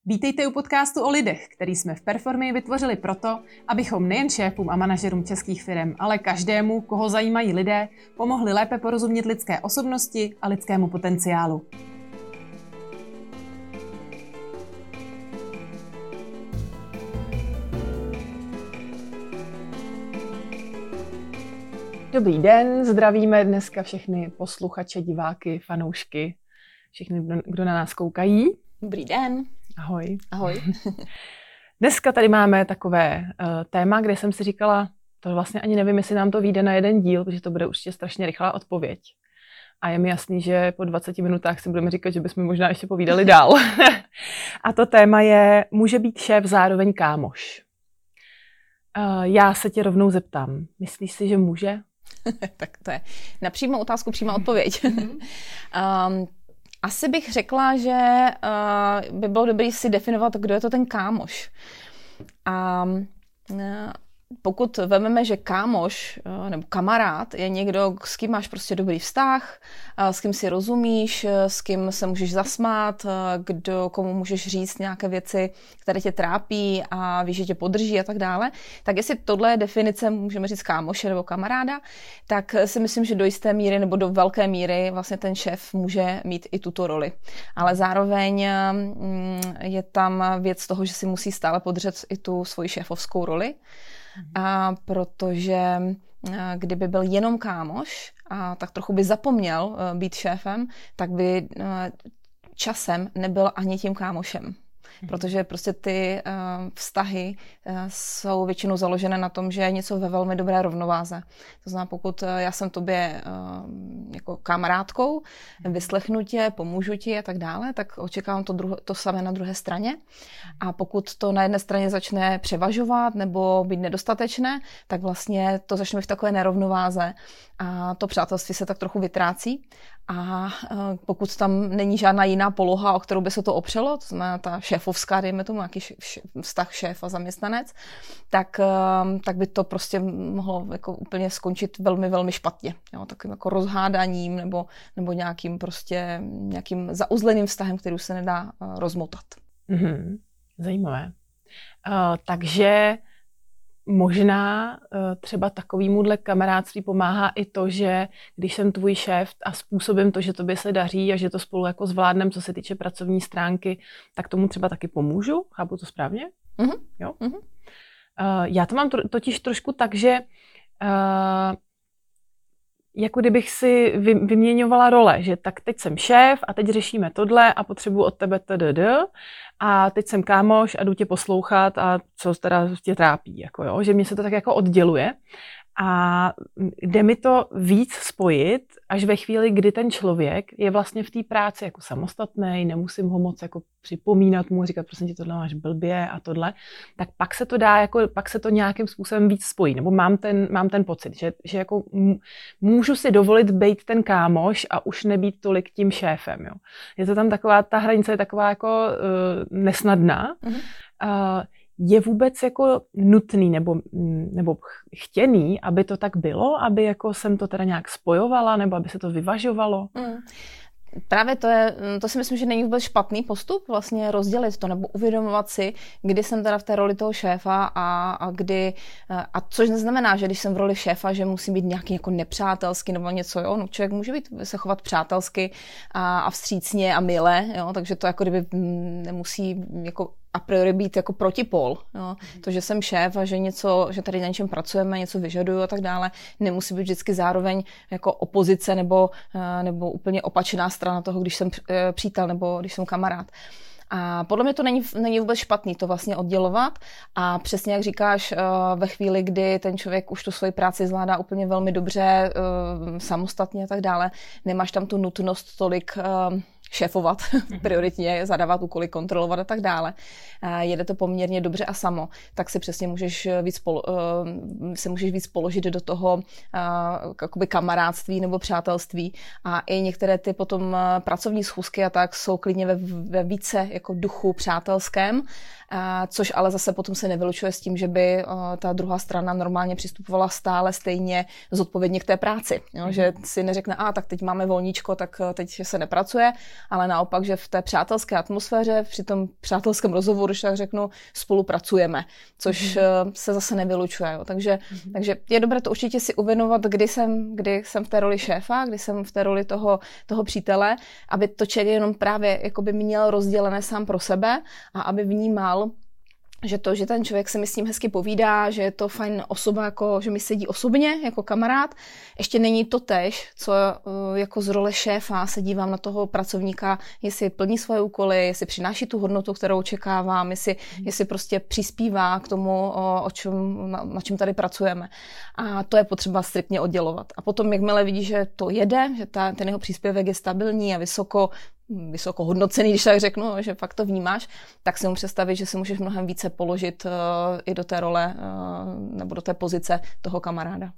Vítejte u podcastu o lidech, který jsme v Performy vytvořili proto, abychom nejen šéfům a manažerům českých firm, ale každému, koho zajímají lidé, pomohli lépe porozumět lidské osobnosti a lidskému potenciálu. Dobrý den, zdravíme dneska všechny posluchače, diváky, fanoušky, všechny, kdo na nás koukají. Dobrý den. Ahoj. Ahoj. Dneska tady máme takové téma, kde jsem si říkala, to vlastně ani nevím, jestli nám to vyjde na jeden díl, protože to bude určitě strašně rychlá odpověď. A je mi jasný, že po 20 minutách si budeme říkat, že bychom možná ještě povídali dál. A to téma je, může být šéf zároveň kámoš? Já se tě rovnou zeptám, myslíš si, že může? Tak to je na přímou otázku přímá odpověď. Asi bych řekla, že by bylo dobré si definovat, kdo je to ten kámoš. A pokud vezmeme, že kámoš nebo kamarád je někdo, s kým máš prostě dobrý vztah, s kým si rozumíš, s kým se můžeš zasmát, komu můžeš říct nějaké věci, které tě trápí a víš, že tě podrží a tak dále, tak jestli tohle je definice, můžeme říct kámoše nebo kamaráda, tak si myslím, že do jisté míry nebo do velké míry vlastně ten šéf může mít i tuto roli. Ale zároveň je tam věc toho, že si musí stále podržet i tu svoji šéfovskou roli. A protože kdyby byl jenom kámoš a tak trochu by zapomněl být šéfem, tak by časem nebyl ani tím kámošem. Protože prostě ty vztahy jsou většinou založené na tom, že je něco ve velmi dobré rovnováze. To znamená, pokud já jsem tobě jako kamarádkou, vyslechnu tě, pomůžu ti a tak dále, tak očekávám to samé na druhé straně. A pokud to na jedné straně začne převažovat nebo být nedostatečné, tak vlastně to začne v takové nerovnováze a to přátelství se tak trochu vytrácí. A pokud tam není žádná jiná poloha, o kterou by se to opřelo, to znamená ta šéfovská, dejme tomu nějaký vztah šéf a zaměstnanec, tak by to prostě mohlo jako úplně skončit velmi, velmi špatně. Jo, takovým jako rozhádaním nebo nějakým zauzleným vztahem, který už se nedá rozmotat. Zajímavé. Takže možná třeba takovýmudle kamarádství pomáhá i to, že když jsem tvůj šéf a způsobím to, že tobě se daří a že to spolu jako zvládnem, co se týče pracovní stránky, tak tomu třeba taky pomůžu? Chápu to správně? Mm-hmm. Jo? Mm-hmm. Já to mám totiž trošku tak, že jako kdybych si vyměňovala role, že tak teď jsem šéf a teď řešíme tohle a potřebuji od tebe a teď jsem kámoš a jdu tě poslouchat a co teda tě trápí, jako jo, že mě se to tak jako odděluje a jde mi to víc spojit až ve chvíli, kdy ten člověk je vlastně v té práci jako samostatný, nemusím ho moc jako připomínat mu, říkat prosím tě, tohle máš blbě a tohle, tak pak se to dá, jako, pak se to nějakým způsobem víc spojí, nebo mám ten pocit, že jako můžu si dovolit být ten kámoš a už nebýt tolik tím šéfem, jo. Je to tam taková, ta hranice je taková jako nesnadná. Je vůbec jako nutný nebo chtěný, aby to tak bylo, aby jako jsem to teda nějak spojovala, nebo aby se to vyvažovalo? Právě to si myslím, že není vůbec špatný postup, vlastně rozdělit to, nebo uvědomovat si, kdy jsem teda v té roli toho šéfa a což neznamená, že když jsem v roli šéfa, že musím být nějaký jako nepřátelský nebo něco, jo, no člověk může se chovat přátelsky a vstřícně a mile, jo, takže to jako kdyby nemusí jako a priori být jako protipol. Jo. To, že jsem šéf a že tady na něčem pracujeme, něco vyžaduju a tak dále, nemusí být vždycky zároveň jako opozice nebo úplně opačná strana toho, když jsem přítel nebo když jsem kamarád. A podle mě to není vůbec špatný to vlastně oddělovat a přesně jak říkáš, ve chvíli, kdy ten člověk už tu svoji práci zvládá úplně velmi dobře, samostatně a tak dále, nemáš tam tu nutnost tolik šéfovat, prioritně zadávat úkoly, kontrolovat a tak dále. Jede to poměrně dobře a samo, tak si přesně můžeš víc položit do toho jakoby kamarádství nebo přátelství a i některé ty potom pracovní schůzky a tak jsou klidně ve více jako duchu přátelském, což ale zase potom se nevylučuje s tím, že by ta druhá strana normálně přistupovala stále stejně zodpovědně k té práci. Jo? Že si neřekne, tak teď máme volníčko, tak teď se nepracuje, ale naopak, že v té přátelské atmosféře, při tom přátelském rozhovoru, když tak řeknu, spolupracujeme, což se zase nevylučuje. Jo. Takže je dobré to určitě si uvědomovat, kdy jsem v té roli šéfa, kdy jsem v té roli toho přítele, aby to člověk jenom právě jakoby měl rozdělené sám pro sebe a aby vnímal, že ten člověk se mi s tím hezky povídá, že je to fajn osoba, jako, že mi sedí osobně jako kamarád. Ještě není to též, co jako z role šéfa se dívám na toho pracovníka, jestli plní svoje úkoly, jestli přináší tu hodnotu, kterou očekávám, jestli prostě přispívá k tomu, na čem tady pracujeme. A to je potřeba striktně oddělovat. A potom, jakmile vidí, že to jede, že ten jeho příspěvek je stabilní a vysoko hodnocený, když tak řeknu, že fakt to vnímáš, tak si mu představit, že si můžeš mnohem více položit i do té role nebo do té pozice toho kamaráda.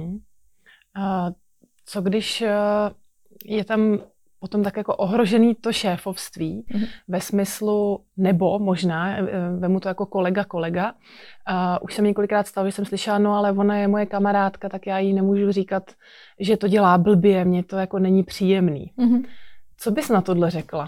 A co když je tam potom tak jako ohrožený to šéfovství ve smyslu, nebo možná, vemu to jako kolega. Už jsem několikrát stalo, že jsem slyšela, no ale ona je moje kamarádka, tak já jí nemůžu říkat, že to dělá blbě, mně to jako není příjemný. Co bys na tohle řekla?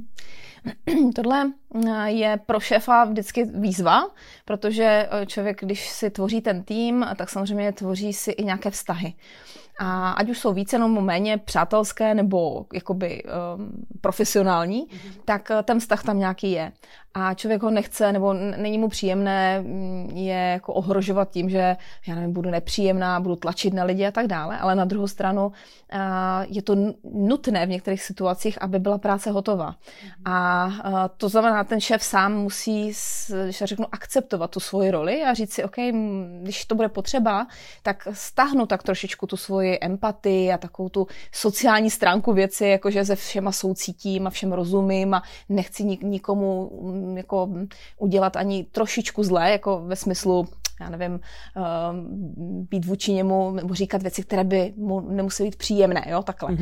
Tohle je pro šéfa vždycky výzva, protože člověk, když si tvoří ten tým, tak samozřejmě tvoří si i nějaké vztahy. A ať už jsou více nebo méně přátelské nebo jakoby profesionální, tak ten vztah tam nějaký je. A člověk ho nechce, nebo není mu příjemné je jako ohrožovat tím, že já nevím, budu nepříjemná, budu tlačit na lidi a tak dále, ale na druhou stranu je to nutné v některých situacích, aby byla práce hotová. A to znamená, ten šéf sám musí, když já řeknu, akceptovat tu svoji roli a říct si, OK, když to bude potřeba, tak stáhnu tak trošičku tu svoji empatii a takovou tu sociální stránku věci, jakože se všema soucítím a všem rozumím a nechci nikomu jako udělat ani trošičku zlé, jako ve smyslu, já nevím, být vůči němu nebo říkat věci, které by mu nemusely být příjemné, jo, takhle.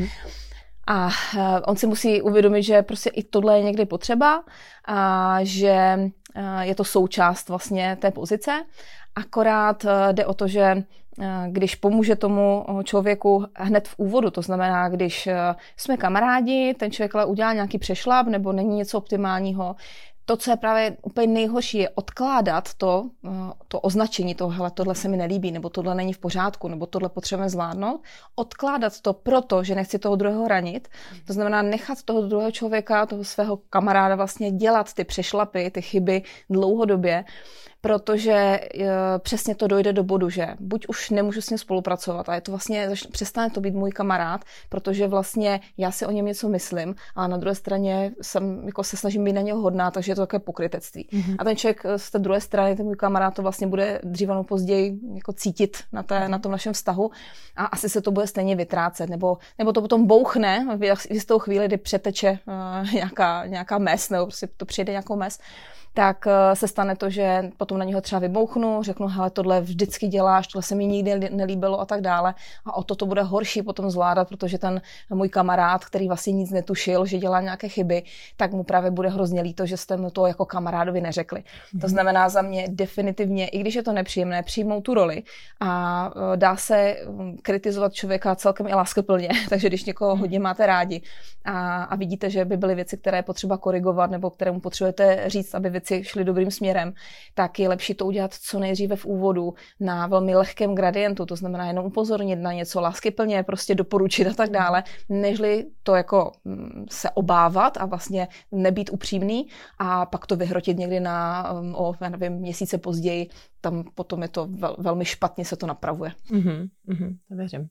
A on si musí uvědomit, že prostě i tohle je někdy potřeba a že je to součást vlastně té pozice. Akorát jde o to, že když pomůže tomu člověku hned v úvodu, to znamená, když jsme kamarádi, ten člověk ale udělá nějaký přešlap nebo není něco optimálního, to, co je právě úplně nejhorší, je odkládat to označení toho, hele, tohle se mi nelíbí, nebo tohle není v pořádku, nebo tohle potřebujeme zvládnout. Odkládat to proto, že nechci toho druhého ranit. To znamená nechat toho druhého člověka, toho svého kamaráda vlastně dělat ty přešlapy, ty chyby dlouhodobě, protože přesně to dojde do bodu, že buď už nemůžu s ním spolupracovat a je to vlastně, přestane to být můj kamarád, protože vlastně já si o něm něco myslím, a na druhé straně jako se snažím být na něho hodná, takže je to takové pokrytectví. A ten člověk z té druhé strany, ten můj kamarád, to vlastně bude dřív nebo později jako cítit na tom našem vztahu a asi se to bude stejně vytrácet, nebo to potom bouchne v jistou chvíli, kdy přeteče nějaká mez, nebo prostě to přijde nějakou mez, tak se stane to, že potom na něho třeba vybouchnu, řeknu, hele, tohle vždycky děláš, tohle se mi nikdy nelíbilo a tak dále. A o to bude horší potom zvládat, protože ten můj kamarád, který vlastně nic netušil, že dělá nějaké chyby, tak mu právě bude hrozně líto, že jste mu to jako kamarádovi neřekli. To znamená za mě definitivně, i když je to nepříjemné, přijmout tu roli a dá se kritizovat člověka celkem i láskyplně, takže když někoho hodně máte rádi a vidíte, že by byly věci, které je potřeba korigovat nebo které mu potřebujete říct, aby věci šly dobrým směrem, tak je lepší to udělat co nejdříve v úvodu na velmi lehkém gradientu, to znamená jenom upozornit na něco láskyplně, prostě doporučit a tak dále, nežli to jako se obávat a vlastně nebýt upřímný a pak to vyhrotit někdy já nevím, měsíce později, tam potom je to velmi špatně se to napravuje. To věřím.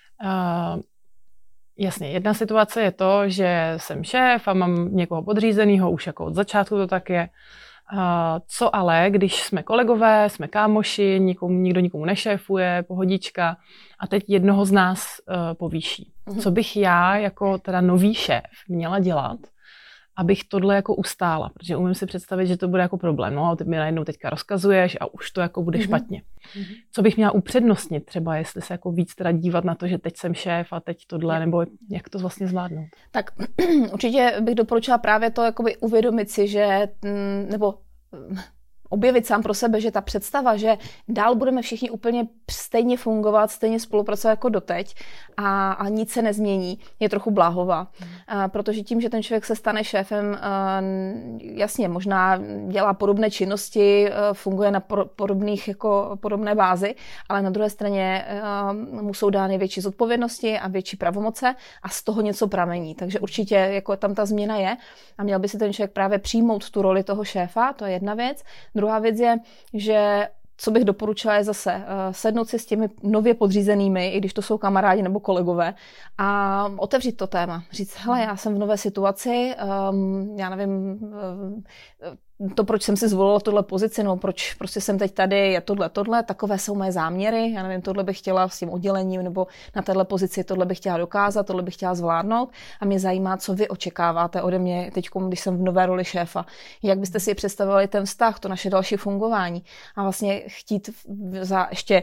Jasně, jedna situace je to, že jsem šéf a mám někoho podřízenýho, už jako od začátku to tak je. Co ale, když jsme kolegové, jsme kámoši, nikdo nikomu nešéfuje, pohodička a teď jednoho z nás povýší. Co bych já jako teda nový šéf měla dělat, abych tohle jako ustála, protože umím si představit, že to bude jako problém. No a ty mi najednou teďka rozkazuješ a už to jako bude špatně. Co bych měla upřednostnit třeba, jestli se jako víc teda dívat na to, že teď jsem šéf a teď tohle, nebo jak to vlastně zvládnout? Tak určitě bych doporučila právě to jakoby uvědomit si, že, nebo objevit sám pro sebe, že ta představa, že dál budeme všichni úplně stejně fungovat, stejně spolupracovat jako doteď a nic se nezmění, je trochu bláhová. Protože tím, že ten člověk se stane šéfem, jasně, možná dělá podobné činnosti, funguje na podobné bázi, ale na druhé straně mu jsou dány větší zodpovědnosti a větší pravomoce a z toho něco pramení. Takže určitě jako tam ta změna je a měl by si ten člověk právě přijmout tu roli toho šéfa, to je jedna věc. Druhá věc je, že co bych doporučila je zase sednout si s těmi nově podřízenými, i když to jsou kamarádi nebo kolegové, a otevřít to téma. Říct, hele, já jsem v nové situaci, já nevím, to, proč jsem si zvolila tuhle pozici, no proč prostě jsem teď tady, je tohle, takové jsou moje záměry, já nevím, tohle bych chtěla s tím oddělením nebo na téhle pozici, tohle bych chtěla dokázat, tohle bych chtěla zvládnout a mě zajímá, co vy očekáváte ode mě teď, když jsem v nové roli šéfa. Jak byste si představovali ten vztah, to naše další fungování a vlastně chtít za ještě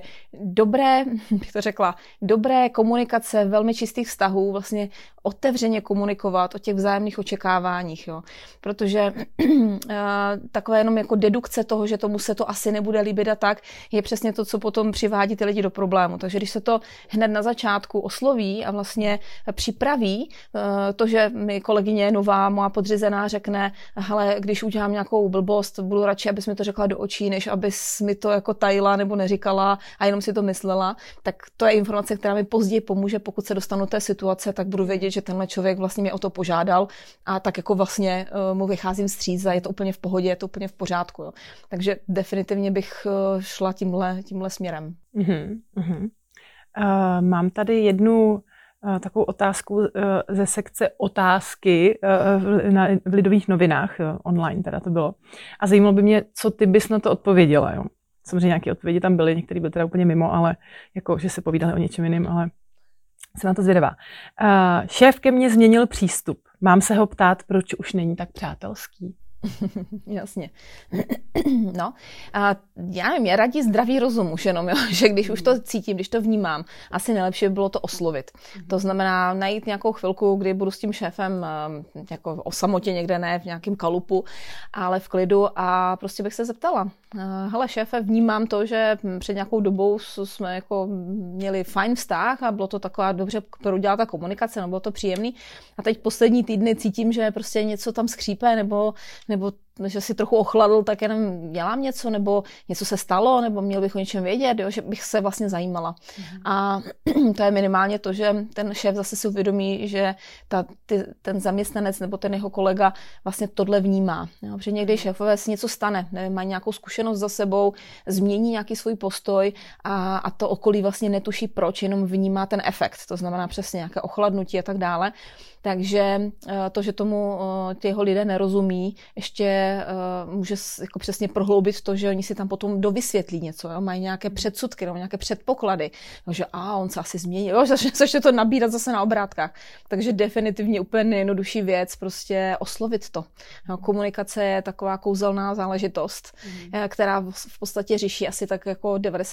dobré komunikace, velmi čistých vztahů, vlastně otevřeně komunikovat o těch vzájemných očekáváních, jo. Protože takové jenom jako dedukce toho, že tomu se to asi nebude líbit a tak, je přesně to, co potom přivádí ty lidi do problému. Takže když se to hned na začátku osloví a vlastně připraví to, že mi kolegyně nová, moja podřízená řekne, hele, když udělám nějakou blbost, budu radši, abys mi to řekla do očí, než abys mi to jako tajila nebo neříkala a jenom si to myslela, tak to je informace, která mi později pomůže, pokud se dostanu do té situace, tak budu vědět, že tenhle člověk vlastně mě o to požádal a tak jako vlastně mu vycházím vstříc a je to úplně v pohodě, je to úplně v pořádku. Jo. Takže definitivně bych šla tímhle směrem. Mám tady jednu takovou otázku ze sekce otázky v Lidových novinách, online teda to bylo. A zajímalo by mě, co ty bys na to odpověděla. Jo. Samozřejmě nějaké odpovědi tam byly, některé byly teda úplně mimo, ale jako, že se povídali o něčem jiným, ale jsem na to zvědavá. Šéf ke mně změnil přístup. Mám se ho ptát, proč už není tak přátelský. Jasně. No, a já nevím, já radí zdravý rozum už jenom, jo? Že když už to cítím, když to vnímám, asi nejlepší by bylo to oslovit. To znamená najít nějakou chvilku, kdy budu s tím šéfem jako o samotě někde, ne v nějakém kalupu, ale v klidu a prostě bych se zeptala. Hele šéfe, vnímám to, že před nějakou dobou jsme jako měli fajn vztah a bylo to taková dobře prodělá ta komunikace, no bylo to příjemný. A teď poslední týdny cítím, že prostě něco tam skřípe nebo že si trochu ochladl, tak jenom dělám něco, nebo něco se stalo, nebo měl bych o něčem vědět, jo, že bych se vlastně zajímala. A to je minimálně to, že ten šéf zase si uvědomí, že ten zaměstnanec nebo ten jeho kolega vlastně tohle vnímá. Jo, protože někdy šéfové si něco stane, nevím, mají nějakou zkušenost za sebou, změní nějaký svůj postoj a to okolí vlastně netuší proč, jenom vnímá ten efekt, to znamená přesně nějaké ochladnutí a tak dále. Takže to, že tomu ty jeho lidé nerozumí, ještě může jako přesně prohloubit to, že oni si tam potom dovysvětlí něco, jo? Mají nějaké předsudky nebo nějaké předpoklady, jo? Že on se asi změní, jo? Začne to nabírat zase na obrátkách. Takže definitivně úplně nejjednodušší věc, prostě oslovit to. No, komunikace je taková kouzelná záležitost, která v podstatě řeší asi tak jako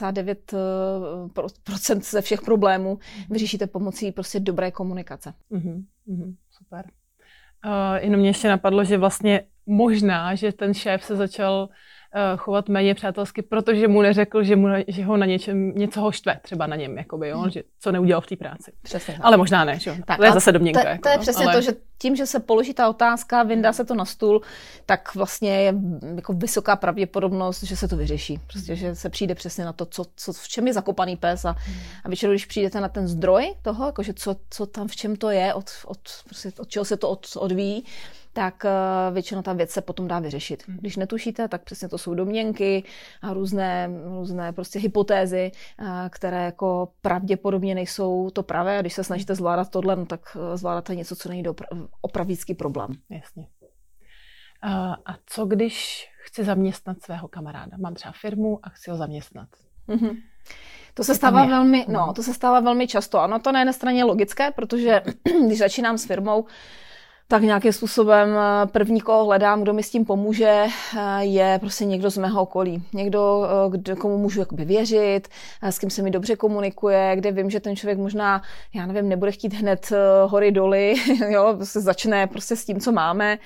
99% ze všech problémů. Vyřešíte pomocí prostě dobré komunikace. Super. Jenom mě ještě napadlo, že vlastně možná, že ten šéf se začal chovat méně přátelsky, protože mu neřekl, že ho na něco ho štve, třeba na něm, jakoby, jo? Že co neudělal v té práci. Přesně tak. Ale možná ne, že? Tak, to je zase domněnka. To je přesně to, že tím, že se položí ta otázka, vyndá se to na stůl, tak vlastně je jako vysoká pravděpodobnost, že se to vyřeší. Prostě, že se přijde přesně na to, v čem je zakopaný pes a většinou, když přijdete na ten zdroj toho, jakože co tam, v čem to je, od čeho se to odvíjí, tak většinou ta věc se potom dá vyřešit. Když netušíte, tak přesně to jsou domněnky a různé prostě hypotézy, které jako pravděpodobně nejsou to pravé. A když se snažíte zvládat tohle, no tak zvládáte něco, co není opravdický problém. Jasně. A co když chci zaměstnat svého kamaráda? Mám třeba firmu a chci ho zaměstnat. To se stává velmi často. Ano, to na jedné straně je logické, protože když začínám s firmou, tak nějakým způsobem první, koho hledám, kdo mi s tím pomůže, je prostě někdo z mého okolí. Někdo, komu můžu jakoby věřit, s kým se mi dobře komunikuje, kde vím, že ten člověk možná, já nevím, nebude chtít hned hory doly, jo, prostě začne prostě s tím, co máme.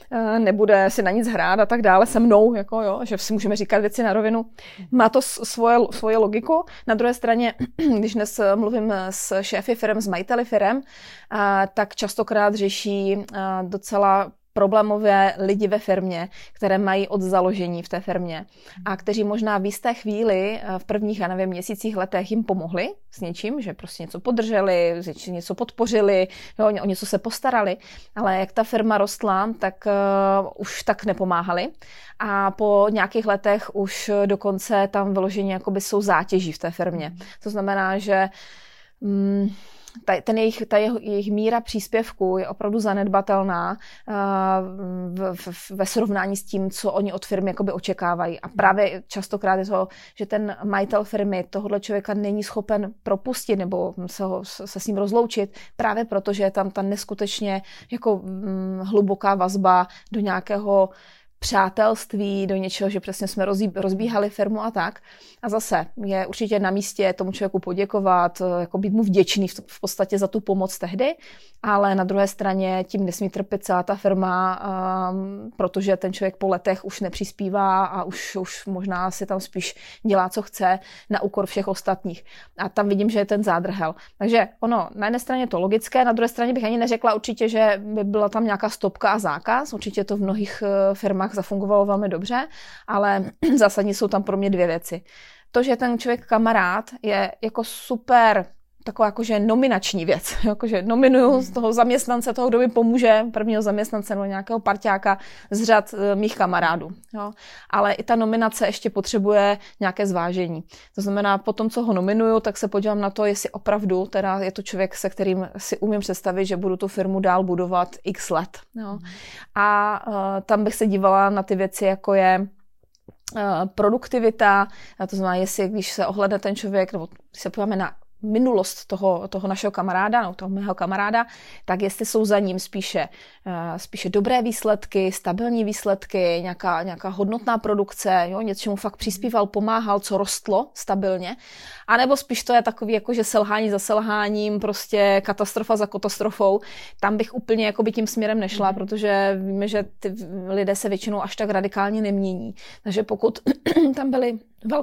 nebude si na nic hrát a tak dále se mnou, jako jo, že si můžeme říkat věci na rovinu. Má to svoje logiku. Na druhé straně, když dnes mluvím s šéfy firem, s majiteli firem, tak častokrát řeší docela problémové lidi ve firmě, které mají od založení v té firmě a kteří možná v jisté chvíli v prvních, já nevím, měsících, letech jim pomohli s něčím, že prostě něco podrželi, něco podpořili, jo, o něco se postarali, ale jak ta firma rostla, tak už tak nepomáhali a po nějakých letech už dokonce tam vyloženě jakoby jsou zátěží v té firmě. To znamená, že ta jejich míra příspěvku je opravdu zanedbatelná ve srovnání s tím, co oni od firmy jakoby očekávají. A právě častokrát je to, že ten majitel firmy tohohle člověka není schopen propustit nebo se s ním rozloučit, právě proto, že je tam ta neskutečně jako hluboká vazba do nějakého přátelství, do něčeho, že přesně jsme rozbíhali firmu a tak. A zase je určitě na místě tomu člověku poděkovat, jako být mu vděčný v podstatě za tu pomoc tehdy, ale na druhé straně tím nesmí trpět celá ta firma, protože ten člověk po letech už nepřispívá a už možná si tam spíš dělá, co chce, na úkor všech ostatních. A tam vidím, že je ten zádrhel. Takže ono, na jedné straně to logické, na druhé straně bych ani neřekla určitě, že by byla tam nějaká stopka a zákaz. Určitě to v mnohých firmách zafungovalo velmi dobře, ale zásadně jsou tam pro mě dvě věci. To, že ten člověk kamarád je jako super taková jakože nominační věc. Jakože nominuju z toho zaměstnance, toho, kdo mi pomůže, prvního zaměstnance nebo nějakého parťáka z řad mých kamarádů. Jo. Ale i ta nominace ještě potřebuje nějaké zvážení. To znamená, po tom, co ho nominuju, tak se podívám na to, jestli opravdu teda je to člověk, se kterým si umím představit, že budu tu firmu dál budovat x let. Jo. A tam bych se dívala na ty věci, jako je produktivita, to znamená, jestli když se ohledne ten člověk, nebo když se podíváme na minulost toho našeho kamaráda, no, toho mého kamaráda, tak jestli jsou za ním spíše dobré výsledky, stabilní výsledky, nějaká hodnotná produkce, jo, něčemu fakt přispíval, pomáhal, co rostlo stabilně, anebo spíš to je takový jakože selhání za selháním, prostě katastrofa za katastrofou. Tam bych úplně jakoby tím směrem nešla, protože víme, že ty lidé se většinou až tak radikálně nemění. Takže pokud tam byly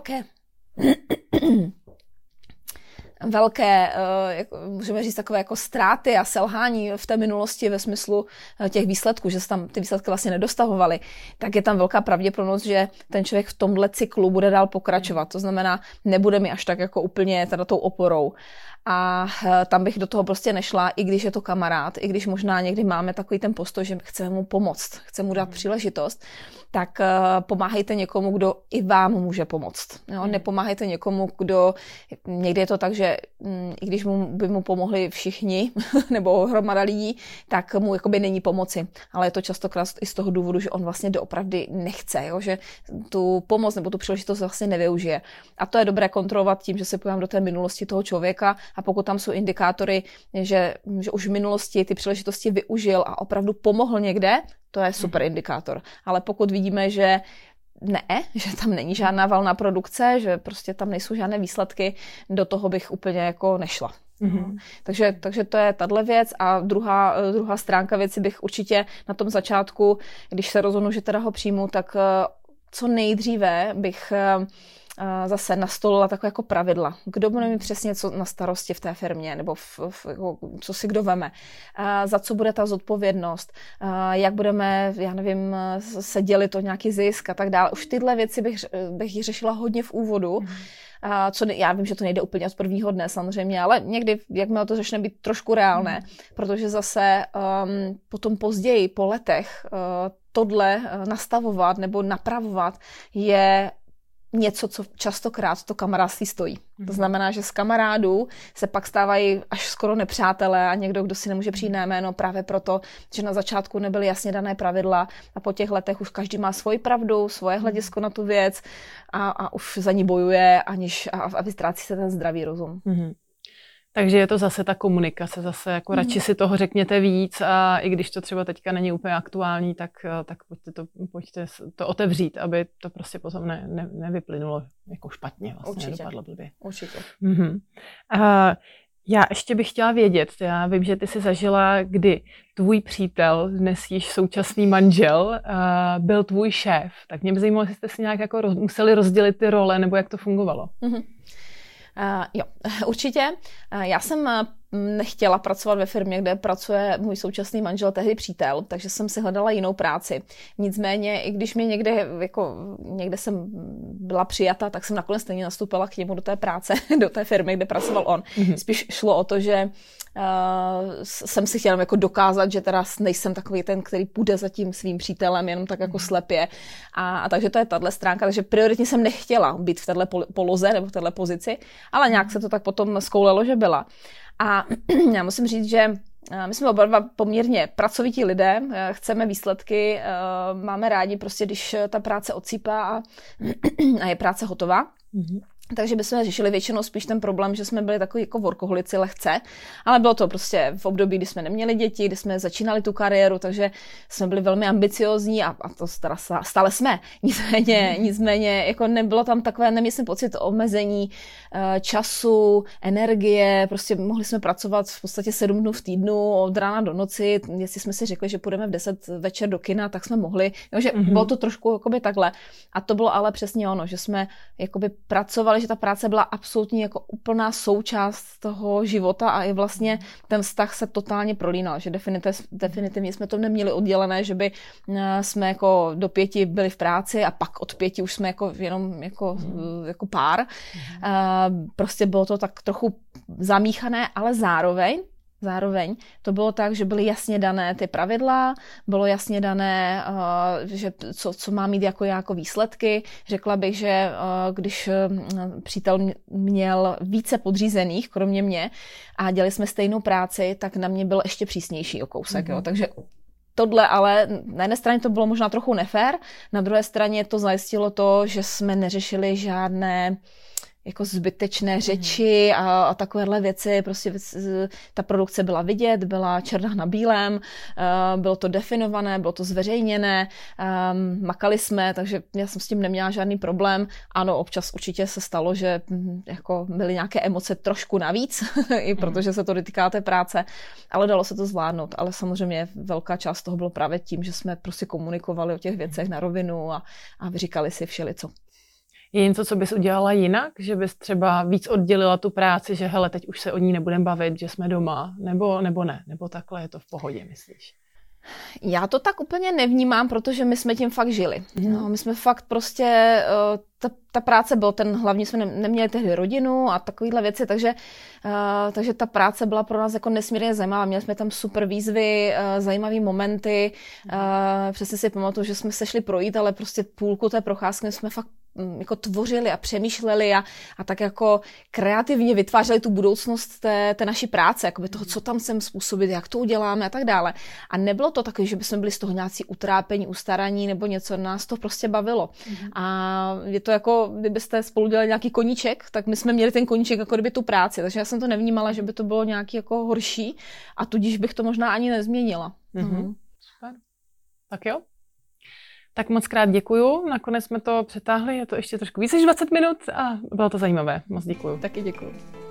velké, můžeme říct, takové jako ztráty a selhání v té minulosti ve smyslu těch výsledků, že se tam ty výsledky vlastně nedostahovaly, tak je tam velká pravděpodobnost, že ten člověk v tomhle cyklu bude dál pokračovat. To znamená, nebude mi až tak jako úplně teda tou oporou. A tam bych do toho prostě nešla, i když je to kamarád, i když možná někdy máme takový ten postoj, že chceme mu pomoct, chceme mu dát příležitost, tak pomáhejte někomu, kdo i vám může pomoct. Jo? Nepomáhejte někomu, kdo, někdy je to tak, že i když by mu pomohli všichni, nebo hromada lidí, tak mu jakoby není pomoci. Ale je to častokrát i z toho důvodu, že on vlastně doopravdy nechce, jo? Že tu pomoc nebo tu příležitost vlastně nevyužije. A to je dobré kontrolovat tím, že se podívám do té minulosti toho člověka, a pokud tam jsou indikátory, že už v minulosti ty příležitosti využil a opravdu pomohl někde, to je super indikátor. Ale pokud vidíme, že že tam není žádná valná produkce, že prostě tam nejsou žádné výsledky, do toho bych úplně jako nešla. Mm-hmm. Takže to je tato věc a druhá stránka věci bych určitě na tom začátku, když se rozhodnu, že teda ho přijmu, tak co nejdříve bych zase nastolila takové jako pravidla. Kdo bude mít přesně co na starosti v té firmě, nebo co si kdo veme. Za co bude ta zodpovědnost, jak budeme, já nevím, se dělit o nějaký zisk a tak dále. Už tyhle věci bych řešila hodně v úvodu. Já vím, že to nejde úplně od prvního dne samozřejmě, ale někdy, jakmile to začne být trošku reálné, protože zase potom později, po letech, tohle nastavovat nebo napravovat je něco, co častokrát to kamarádství stojí. To znamená, že z kamarádů se pak stávají až skoro nepřátelé a někdo, kdo si nemůže přijít na jméno právě proto, že na začátku nebyly jasně dané pravidla a po těch letech už každý má svoji pravdu, svoje hledisko na tu věc a už za ní bojuje, a vytrácí se ten zdravý rozum. Mm-hmm. Takže je to zase ta komunikace, zase jako radši si toho řekněte víc a i když to třeba teďka není úplně aktuální, tak pojďte to otevřít, aby to prostě potom nevyplynulo jako špatně, vlastně nedopadlo blbě. Určitě. Mm-hmm. Já ještě bych chtěla vědět, já vím, že ty jsi zažila, kdy tvůj přítel, dnes již současný manžel, byl tvůj šéf. Tak mě by zajímalo, jestli jste si nějak jako museli rozdělit ty role, nebo jak to fungovalo. Jo, určitě. Já jsem nechtěla pracovat ve firmě, kde pracuje můj současný manžel, tehdy přítel, takže jsem si hledala jinou práci. Nicméně, i když mě někde jsem byla přijata, tak jsem nakonec stejně nastoupila k němu do té práce, do té firmy, kde pracoval on. Spíš šlo o to, že jsem si chtěla jako dokázat, že teda nejsem takový ten, který půjde za tím svým přítelem, jenom tak jako slepě. A takže to je tahle stránka, takže prioritně jsem nechtěla být v téhle poloze nebo v téhle pozici, ale nějak se to tak potom zkoulelo, že byla. A já musím říct, že my jsme oba dva poměrně pracovití lidé, chceme výsledky, máme rádi prostě, když ta práce odsýpá a je práce hotová. Takže bychom řešili většinou spíš ten problém, že jsme byli takový jako workoholici lehce, ale bylo to prostě v období, kdy jsme neměli děti, kdy jsme začínali tu kariéru, takže jsme byli velmi ambiciozní a to stále jsme. Nicméně jako nebylo tam takové, nemyslím pocit omezení času, energie, prostě mohli jsme pracovat v podstatě 7 dnů v týdnu, od rána do noci, jestli jsme si řekli, že půjdeme v 10 večer do kina, tak jsme mohli, že bylo to trošku jakoby takhle. A to bylo ale přesně ono, že jsme jakoby pracovali, že ta práce byla absolutně jako úplná součást toho života a i vlastně ten vztah se totálně prolínal, že definitivně jsme to neměli oddělené, že by jsme jako do 5 byli v práci a pak od 5 už jsme jako jenom jako pár. Prostě bylo to tak trochu zamíchané, ale zároveň to bylo tak, že byly jasně dané ty pravidla, bylo jasně dané, že co má mít jako výsledky. Řekla bych, že když přítel měl více podřízených, kromě mě, a dělali jsme stejnou práci, tak na mě byl ještě přísnější o kousek. Jo. Takže tohle ale na jedné straně to bylo možná trochu nefér, na druhé straně to zajistilo to, že jsme neřešili žádné jako zbytečné řeči a takovéhle věci, prostě ta produkce byla vidět, byla černá na bílém, bylo to definované, bylo to zveřejněné, makali jsme, takže já jsem s tím neměla žádný problém. Ano, občas určitě se stalo, že jako byly nějaké emoce trošku navíc, i protože se to dotýká té práce, ale dalo se to zvládnout. Ale samozřejmě velká část toho bylo právě tím, že jsme prostě komunikovali o těch věcech na rovinu a vyříkali si všelico. Je něco, co bys udělala jinak? Že bys třeba víc oddělila tu práci, že hele, teď už se o ní nebudeme bavit, že jsme doma, nebo ne? Nebo takhle je to v pohodě, myslíš? Já to tak úplně nevnímám, protože my jsme tím fakt žili. No, my jsme fakt prostě, ta práce byl hlavně jsme neměli tehdy rodinu a takovéhle věci, takže ta práce byla pro nás jako nesmírně zajímavá. Měli jsme tam super výzvy, zajímavé momenty. Přesně si pamatuju, že jsme se šli projít, ale prostě půlku té procházky jsme fakt jako tvořili a přemýšleli a tak jako kreativně vytvářeli tu budoucnost té naší práce, jakoby toho, co tam chceme způsobit, jak to uděláme a tak dále. A nebylo to takové, že bychom byli z toho nějací utrápení, ustaraní nebo něco, nás to prostě bavilo. A je to jako, kdybyste spolu dělali nějaký koníček, tak my jsme měli ten koníček jako kdyby tu práci, takže já jsem to nevnímala, že by to bylo nějaký jako horší a tudíž bych to možná ani nezměnila. Super. Tak jo. Tak moc krát děkuju. Nakonec jsme to přetáhli, je to ještě trošku víc než 20 minut a bylo to zajímavé. Moc děkuju. Taky děkuju.